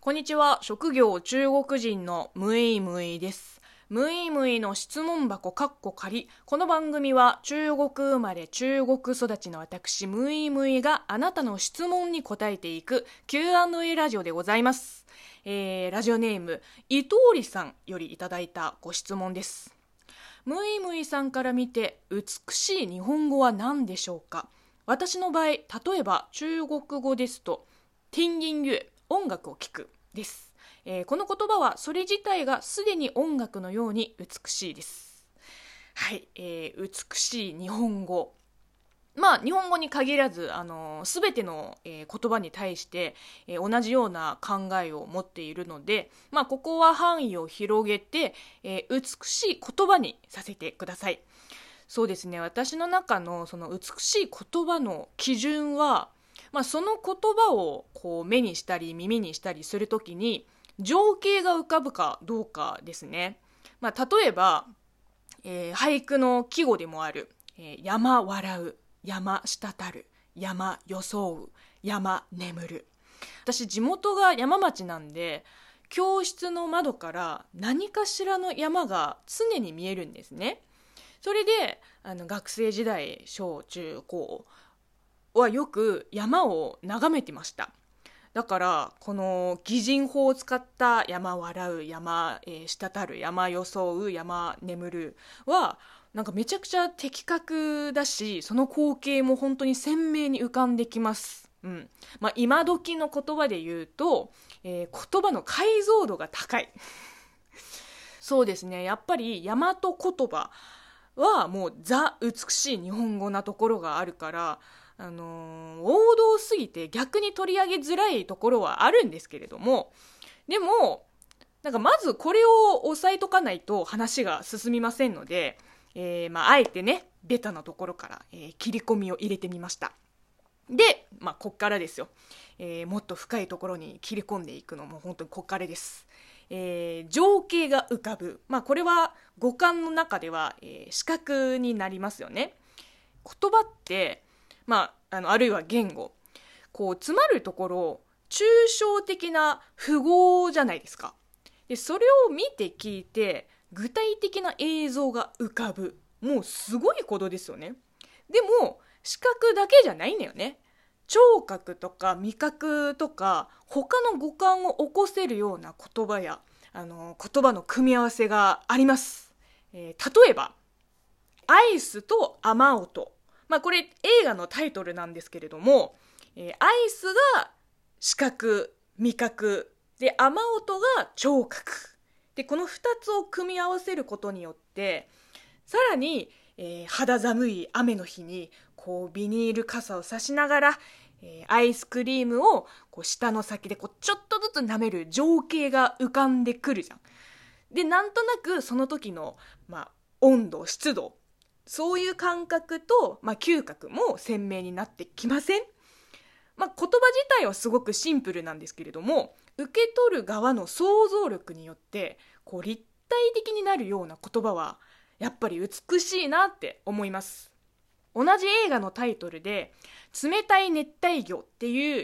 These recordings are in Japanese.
こんにちは。職業中国人のムイムイです。ムイムイの質問箱仮。この番組は中国生まれ中国育ちの私ムイムイがあなたの質問に答えていく Q&A ラジオでございます。ラジオネーム伊藤里さんよりいただいたご質問です。ムイムイさんから見て美しい日本語は何でしょうか？私の場合、例えば中国語ですとティンギンユ音楽を聴くです。この言葉はそれ自体がすでに音楽のように美しいです。はい、美しい日本語。日本語に限らず、すべての、言葉に対して、同じような考えを持っているので、ここは範囲を広げて、美しい言葉にさせてください。そうですね、私の中のその美しい言葉の基準は、その言葉をこう目にしたり耳にしたりするときに情景が浮かぶかどうかですね。例えば、俳句の季語でもある、山笑う、山滴る、山装う、山眠る。私地元が山町なんで、教室の窓から何かしらの山が常に見えるんですね。それで学生時代小中高はよく山を眺めてました。だからこの擬人法を使った山笑う、山、滴る、山装う、山眠るはなんかめちゃくちゃ的確だし、その光景も本当に鮮明に浮かんできます。今時の言葉で言うと、言葉の解像度が高いそうですね、やっぱり大和言葉はもうザ美しい日本語なところがあるから、王道すぎて逆に取り上げづらいところはあるんですけれども、でもなんかまずこれを押さえとかないと話が進みませんので、あえてねベタなところから、切り込みを入れてみました。で、こっからですよ、もっと深いところに切り込んでいくのも本当にこっからです。情景が浮かぶ、これは語感の中では、視覚になりますよね。言葉ってあるいは言語、こう詰まるところ抽象的な符号じゃないですか。でそれを見て聞いて具体的な映像が浮かぶ、もうすごいことですよね。でも視覚だけじゃないんだよね。聴覚とか味覚とか他の五感を起こせるような言葉や言葉の組み合わせがあります。例えばアイスと雨音、これ映画のタイトルなんですけれども、アイスが視覚味覚で雨音が聴覚で、この2つを組み合わせることによってさらに、肌寒い雨の日にこうビニール傘を差しながら、アイスクリームをこう舌の先でこうちょっとずつ舐める情景が浮かんでくるじゃん。でなんとなくその時の、温度湿度、そういう感覚と、嗅覚も鮮明になってきません？言葉自体はすごくシンプルなんですけれども、受け取る側の想像力によってこう立体的になるような言葉はやっぱり美しいなって思います。同じ映画のタイトルで冷たい熱帯魚っていう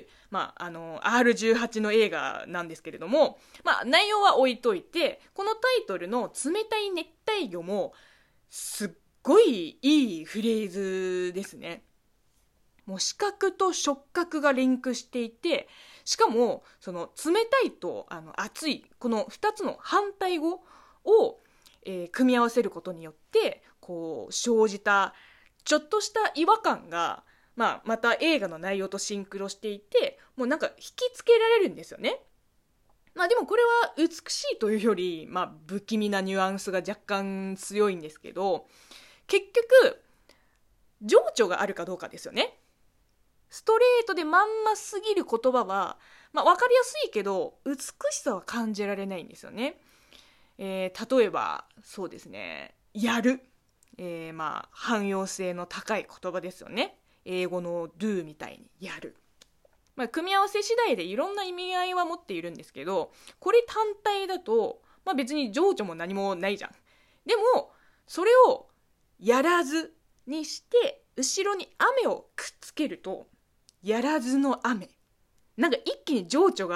、R18 の映画なんですけれども、内容は置いといて、このタイトルの冷たい熱帯魚もすっごいいいフレーズですね。もう視覚と触覚がリンクしていて、しかもその冷たいと熱い、この2つの反対語を、組み合わせることによってこう生じたちょっとした違和感が、また映画の内容とシンクロしていて、もうなんか引きつけられるんですよね。でもこれは美しいというより、不気味なニュアンスが若干強いんですけど、結局情緒があるかどうかですよね。ストレートでまんますぎる言葉は、分かりやすいけど美しさは感じられないんですよね。例えばそうですね、やる、汎用性の高い言葉ですよね。英語の do みたいにやる、組み合わせ次第でいろんな意味合いは持っているんですけど、これ単体だと、別に情緒も何もないじゃん。でもそれをやらずにして後ろに雨をくっつけると、やらずの雨、なんか一気に情緒が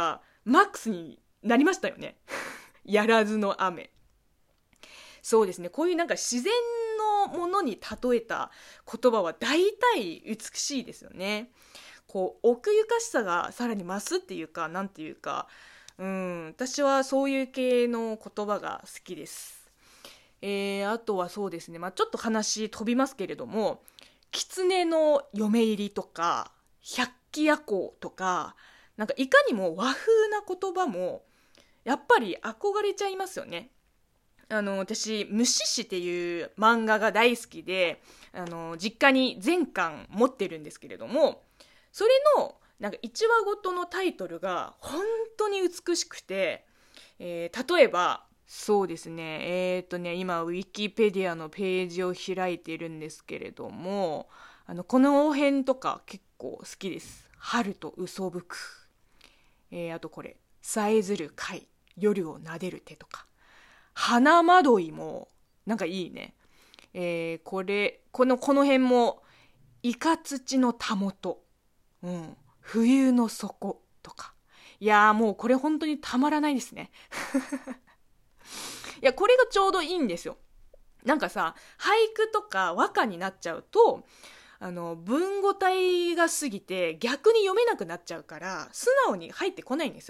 マックスになりましたよね。やらずの雨。そうですね、こういうなんか自然のものに例えた言葉は大体美しいですよね。こう奥ゆかしさがさらに増すっていうか、なんていうか、私はそういう系の言葉が好きです。あとはそうですね、ちょっと話飛びますけれども、狐の嫁入りとか百鬼夜行とか、なんかいかにも和風な言葉もやっぱり憧れちゃいますよね。私無視師っていう漫画が大好きで、実家に全巻持ってるんですけれども、それのなんか1話ごとのタイトルが本当に美しくて、例えばそうですね、今ウィキペディアのページを開いているんですけれども、この辺とか結構好きです。春と嘘吹く、あとこれさえずる貝、夜を撫でる手とか、花まどいもなんかいいね。この辺もイカ土のたもと、冬の底とか、いやーもうこれ本当にたまらないですね。いや、これがちょうどいいんですよ。なんかさ、俳句とか和歌になっちゃうと、文語体が過ぎて逆に読めなくなっちゃうから素直に入ってこないんですよ。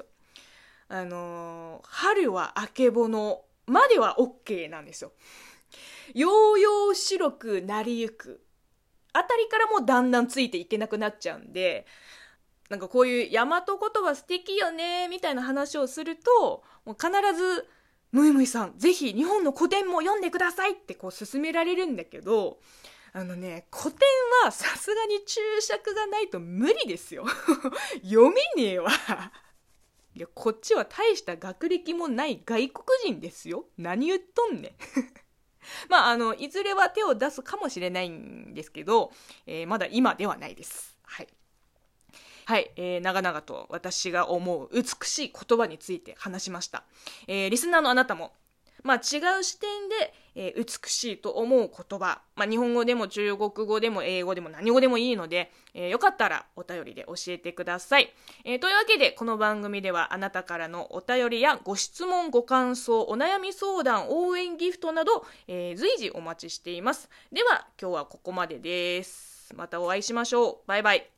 春はあけぼのまでは OK なんですよ。ようよう白くなりゆくあたりからもだんだんついていけなくなっちゃうんで、なんかこういう大和言葉素敵よねみたいな話をすると、もう必ずむいむいさんぜひ日本の古典も読んでくださいってこう勧められるんだけど、古典はさすがに注釈がないと無理ですよ。読めねえわ。いや、こっちは大した学歴もない外国人ですよ。何言っとんねん。いずれは手を出すかもしれないんですけど、まだ今ではないです。はい。はい、長々と私が思う美しい言葉について話しました。リスナーのあなたも、違う視点で、美しいと思う言葉、日本語でも中国語でも英語でも何語でもいいので、よかったらお便りで教えてください。というわけでこの番組ではあなたからのお便りやご質問ご感想お悩み相談応援ギフトなど、随時お待ちしています。では今日はここまでです。またお会いしましょう。バイバイ。